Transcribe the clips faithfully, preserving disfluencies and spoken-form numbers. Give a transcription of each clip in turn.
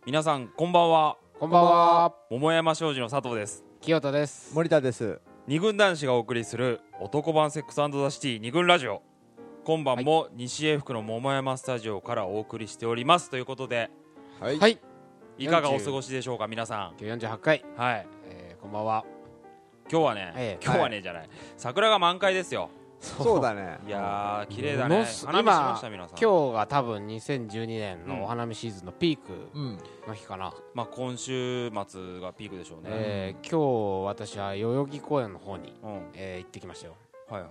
皆さんこんばんは。 こんばんは。 桃山商事の佐藤です。 清田です。 森田です。 二軍男子がお送りする男版セックス&ザシティ二軍ラジオ、今晩も西英福の桃山スタジオからお送りしておりますということで、 はい、 はい、 いかがお過ごしでしょうか皆さん。 よんじゅうはちかい、 はい、 えー、こんばんは。 今日はね、 ええ今日はねじゃない、桜が満開ですよ。 そうだね。 いやー綺麗だね。 ものす花見しました皆さん。 今日が多分にせんじゅうにねんのお花見シーズンのピークうん。 の日かな、 まあ今週末がピークでしょうね。 えー、今日私は代々木公園の方に、 うん、はいえー、行ってきましたよ。 はいはい。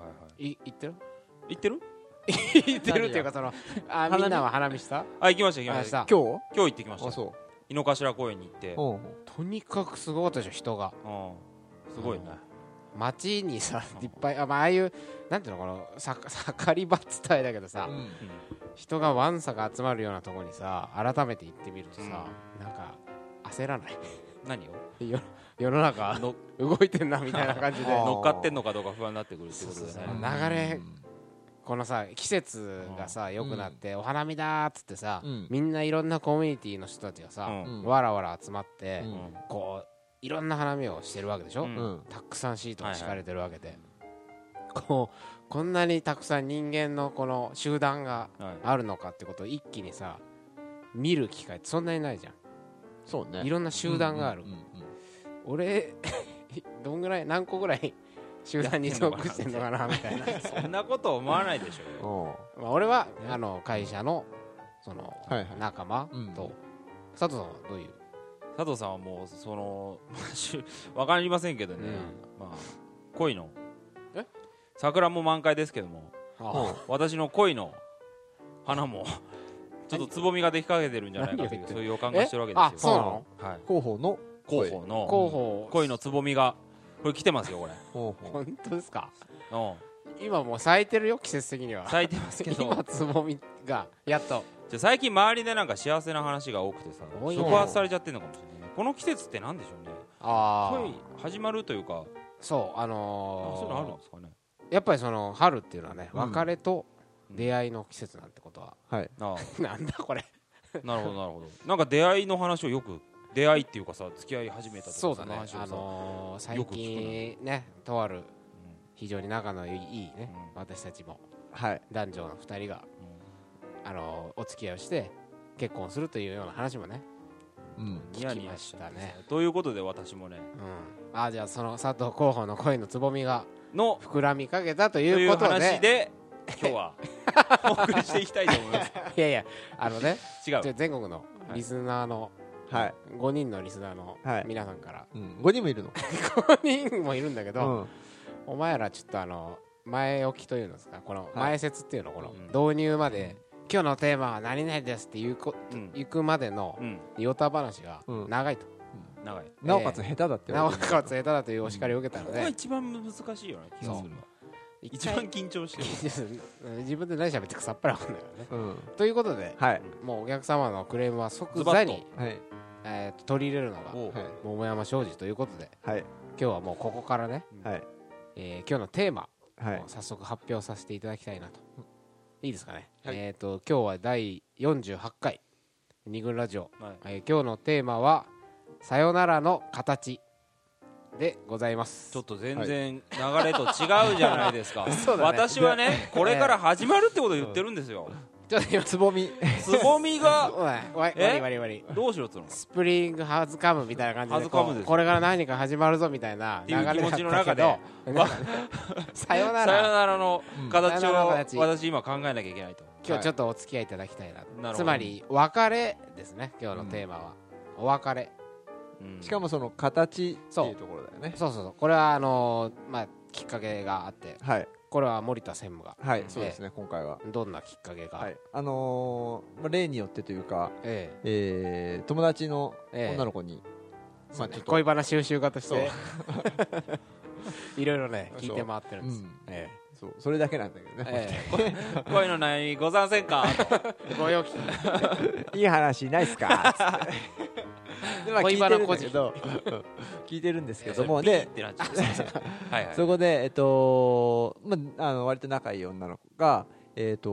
い行ってる行ってる？ 行ってるっていうかそのあみんなは花見した？ あ、行きました行きました。 今日？ 今日行ってきました。 あ、そう。 井の頭公園に行って、 うん。 とにかくすごかったでしょ人が。 うん、すごいね。 街にさいっぱい あ,、まあ、ああいうなんていうのこのさ盛り場っつったらあれだけどさ、 うん。 人がわんさか集まるようなところにさ改めて行ってみるとさ、うん、なんか焦らない何をよ世の中の動いてんなみたいな感じで乗っかってんのかどうか不安になってくるってことでね。 そうそうそう流れ、このさ季節がさ良くなって、うん、お花見だーっつってさ、うん、みんないろんなコミュニティの人たちがさ、うん、わらわら集まって、うん、こういろんな花見をしてるわけでしょ、うん、たくさんシートが敷かれてるわけで、はいはい、こうこんなにたくさん人間のこの集団があるのかってことを一気にさ見る機会ってそんなにないじゃん。 そうね。 いろんな集団がある、うんうんうんうん、俺どんぐらい何個ぐらい集団に属してんのかなみたいなそんなこと思わないでしょう、まあ、俺はあの会社のその仲間と、はいはい、佐藤さんはどういう？ 佐藤さんはもうそのわかりませんけどね、うん、まあ恋のえ桜も満開ですけども、ああ私の恋の花もちょっとつぼみができかけてるんじゃないかというそういう予感がしてるわけですよ。 あ、そうなの？ はい、 広報の広報の広報恋のつぼみがこれ来てますよこれ。 本当ですか？ うん、 今もう咲いてるよ季節的には。 咲いてますけど今つぼみがやっと。 じゃ最近周りでなんか幸せな話が多くてさ触発されちゃってるのかもしれない。この季節ってなんでしょうね。 あ恋始まるというか、 そうあのー、 そういうのあるんですかね。 やっぱりその春っていうのはね、うん、別れと出会いの季節なんてことは、 はい、 あなんだこれなるほどなるほど。なんか出会いの話をよく出会いっていうかさ付き合い始めたとかそうだね、あのー、最近ねとある非常に仲のいいね、うん、私たちも、はい、男女のふたりが、うん、あのー、お付き合いをして結婚するというような話もね、うん、聞きましたね。 ということで私もね、 うん、あじゃあその佐藤候補の恋のつぼみがの膨らみかけたということで、という話で今日はお送りしていきたいと思いますいやいやあのね違う全国のリスナーの、はい、ごにんのリスナーの皆さんから、 はいうん、ごにんもいるのごにんもいるんだけど、うん、お前らちょっとあの前置きというんですかこの前説っていうのこの導入まで、うん今日のテーマは何々ですって言うこ、うん、行くまでのヨタ話が長いと、 うん、長いなおかつ下手だってなおかつ下手だというお叱りを受けたので、 ここが一番難しいよね気がするの一番緊張してる自分で何喋ってかさっぱり分かんないよね、うん、ということで、 はい、 もうお客様のクレームは即座に、はいえー、取り入れるのが桃山商事ということで、はい、今日はもうここからね、はいえー、今日のテーマを早速発表させていただきたいなと、いいですかね、はい、えーと今日はだいよんじゅうはちかいに軍ラジオ、はいえー、今日のテーマはさよならの形でございます。 ちょっと全然流れと違うじゃないですか、はいね、私はねこれから始まるってことを言ってるんですよ、うんちょっと今つぼみつぼみがおいおい割り割り割りどうしろっつうのスプリングハズカムみたいな感じでこでこれから何か始まるぞみたいな流れだったけど中でさよならさよならの形を私今考えなきゃいけないと今日ちょっとお付き合いいただきたいな、はい、つまり別れですね今日のテーマは、うん、お別れ、 うん、しかもその形っていうところだよね。 そうそうそうこれはあのー、まあきっかけがあって、はいこれは森田専務がはいそうですね今回はどんなきっかけが、はいあのーまあ、例によってというか、えええー、友達の女の子に、 ええまあ、ちょっと恋バナ収集家としていろいろね聞いて回ってるんです、うんええ、 そうそれだけなんだけどね、ええ、恋の悩みござんせんかご用気いい話ないっすかで、まあ、聞いてるんだけど聞いてるんですけどもでそこで、えっとまあ、あの割と仲いい女の子が、えっと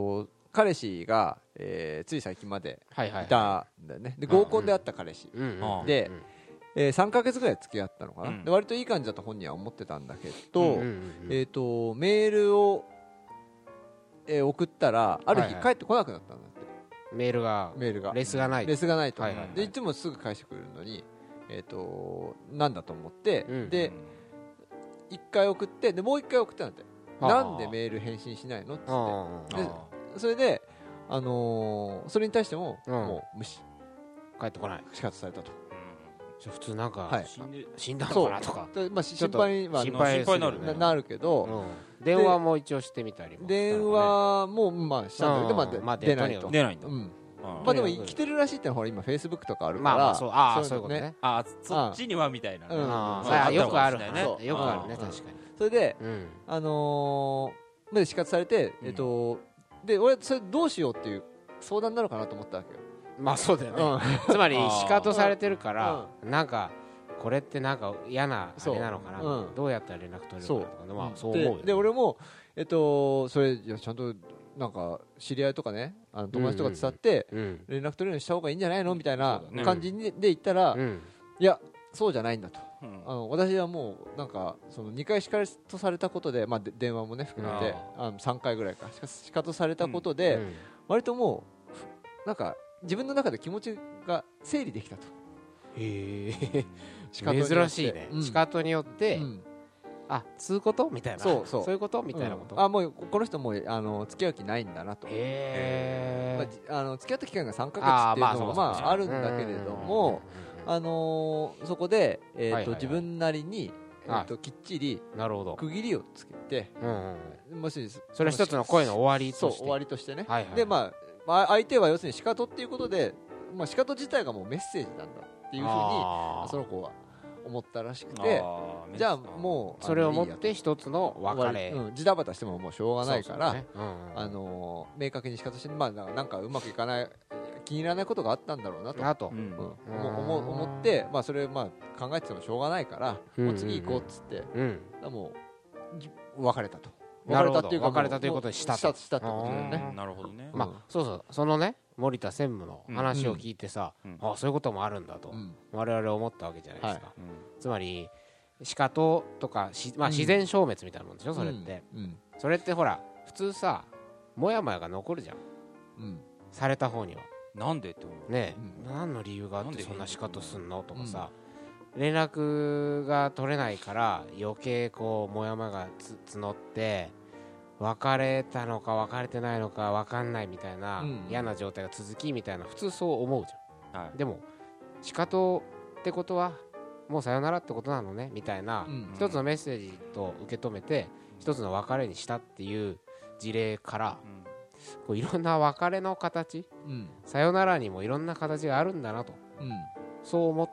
彼氏が、えー、つい最近までいたんだよね。で合コンで会った彼氏、うんうん、で、えー、さんかげつぐらい付き合ったのかな、うん、で割といい感じだと本人は思ってたんだけど、うんうんうん、えーと、メールを、えー、送ったらある日帰ってこなくなったんだって、はいはい、 メールがメールがレスがないレスがないと、はいはいはい、でいつもすぐ返してくれるのに、えーと、なんだと思って、うん、でいっかい送ってでもういっかい送ったんだって、なんでメール返信しないのって言って、でそれで、あのー、それに対しても、うん、もう無視、 帰ってこない、 仕方されたと。 普通なんか、はい、死んで死んだのかなとか、 まあ、心配は心配になる、 ね、なるけど、 うん、電話も一応してみたりも、 ね、電話もまあしたんだけど、まあまあ、 出ないと出ないんだ、うん、 まあでも来てるらしいってのはほら今フェイスブックとかあるから、 まあまあそう、ああそういうことね、 あそっちにはみたいな、 うん、まあ、よくあるね、よくあるね、確かに。 それで、うん、あのー、まで死活されて、えっとで俺それどうしようっていう相談なのかなと思ったわけよ。 まあそうだよね、うん、つまり仕方されてるから、うん、なんかこれってなんか嫌なあれなのかな、うん、どうやったら連絡取れるのかとか、まあ、そう思うよ、ね、 で, で俺も、えっと、それいやちゃんとなんか知り合いとかね、あの友達とか伝って連絡取れるようにした方がいいんじゃないのみたいな感じで言ったら、うん、いやそうじゃないんだと、うん、あの私はもうなんかそのにかいしかとされたことで、まあ、で電話もね含めてあのさんかいぐらいかしかとされたことで、うん、割ともうなんか自分の中で気持ちが整理できたと。 へえ珍しいね、うん、仕方によって、うん、あつうことみたいな、そうそうそういうことみたいなこと、 うん、あもうこの人もあの付き合う気ないんだなと。 へえ、まあ、あの付き合った期間がさんかげつっていうのもまああるんだけれども、あのー、そこで、えーとはいはいはい、自分なりに、えーと、きっちり区切りをつけて、うんうん、もしそれ一つの恋の終わりとして、 そう終わりとしてね、はいはいはい、でまあ相手は要するに仕方っていうことで、まあ、仕方自体がもうメッセージなんだっていうふうにその子は思ったらしくて、じゃあもうそれをもって一つの別れ、 うん、ジタバタしてももうしょうがないから、ねうんうん、あのー、明確に仕方して、まあ、なんかうまくいかない気に入らないことがあったんだろうなと、 なと、 うんうん、思, 思って、まあ、それまあ考えててもしょうがないから、うんうんうん、もう次行こうっつって、うん、もう別れたと。 別れたっていうか別れたということにしたとしたってことだよね。 なるほどね。 まあそうそうそのね森田専務の話を聞いてさ、うん、あそういうこともあるんだと、うん、我々思ったわけじゃないですか。はい、つまり仕方とかし、まあ、自然消滅みたいなもんでしょ、うん、それって、うん、それってほら普通さもやもやが残るじゃん、うん、された方には。 なんでって思うねえ、うん、何の理由があってそんな仕方すんのとかさ、うん、連絡が取れないから余計こうもやもやがつ募って別れたのか別れてないのか分かんないみたいな、うん、嫌な状態が続きみたいな普通そう思うじゃん、はい、でも仕方ってことはもうさよならってことなのねみたいな、うん、一つのメッセージと受け止めて一つの別れにしたっていう事例から、うんこういろんな別れの形、うん、さよならにもいろんな形があるんだなと、うん、そう思って、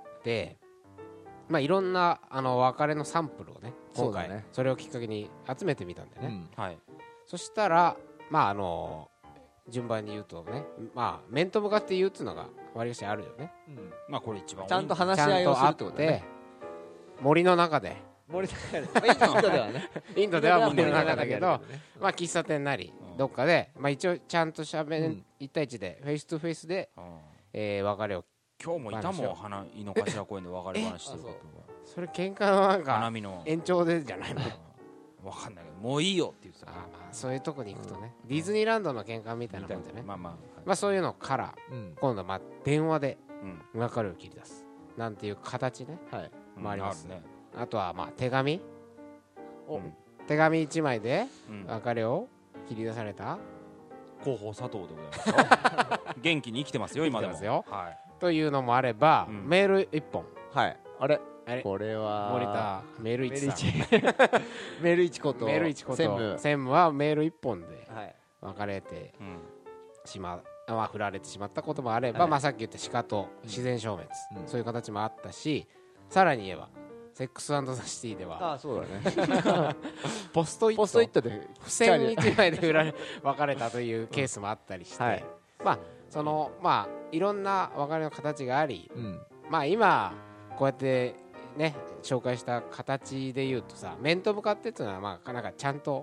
まあ、いろんなあの別れのサンプルをね今回 そ, ねそれをきっかけに集めてみたんでね、うんはい、そしたら、まあ、あの順番に言うとね、まあ、面と向かって言うっていうのが割りかしあるよね、うんまあ、これ一番ちゃんと話し合いをするってことだね。 森の中で森の中でインドではねインドでは森の中だけど、まあ、喫茶店なりどっかで、まあ、一応ちゃんとしゃべるいち対いちでフェイストゥフェイスで、えー、別れを今日もいたもん花井の頭公園で別れ話してるそれ喧嘩のなんか延長でじゃないの分かんないけどもういいよって言ってた。あ、 まあ、そういうとこに行くとね、うん、ディズニーランドの喧嘩みたいなもんでね、まあまあまあ、そういうのから、うん、今度はまあ電話で別れを切り出すなんていう形ね、はい、もありますね、うん、あとはまあ手紙、うん、手紙いちまいで別れを切り出された広報佐藤でございます元気に生きてますよ今でもよ、 はい、というのもあれば、うん、メールいっぽん、 はい、あれあれこれは森田メールいちさんメールいちことメールいちこと専務専務はメールいっぽんで別れてしまう、うん、まあ振られてしまったこともあれば、はい、まあさっき言った仕方自然消滅、うん、そういう形もあったし、さらに言えばセックス&ザ・シティではあそうだねポストイットポストイットで付箋いちまいで売られ別れたというケースもあったりして、うんはい、まあそのまあいろんな別れの形があり、うん、まあ今こうやってね紹介した形で言うとさ面と向かってっていうのはまあなんかちゃんと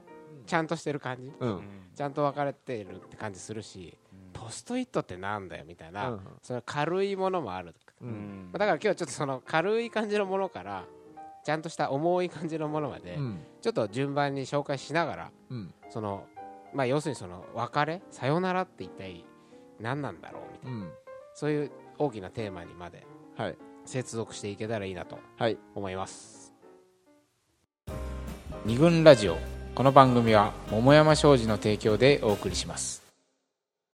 ちゃんとしてる感じ、 うん、 ちゃんと分かれてるって感じするし、うん、ポストイットってなんだよみたいな、うん、その軽いものもある、うん、だから今日ちょっとその軽い感じのものからちゃんとした重い感じのものまで、うん、ちょっと順番に紹介しながら、うん、そのまあ要するにその別れさよならって一体何なんだろうみたいな、うん、そういう大きなテーマにまで接続していけたらいいなと思います、はい、二軍ラジオ、この番組は桃山商事の提供でお送りします。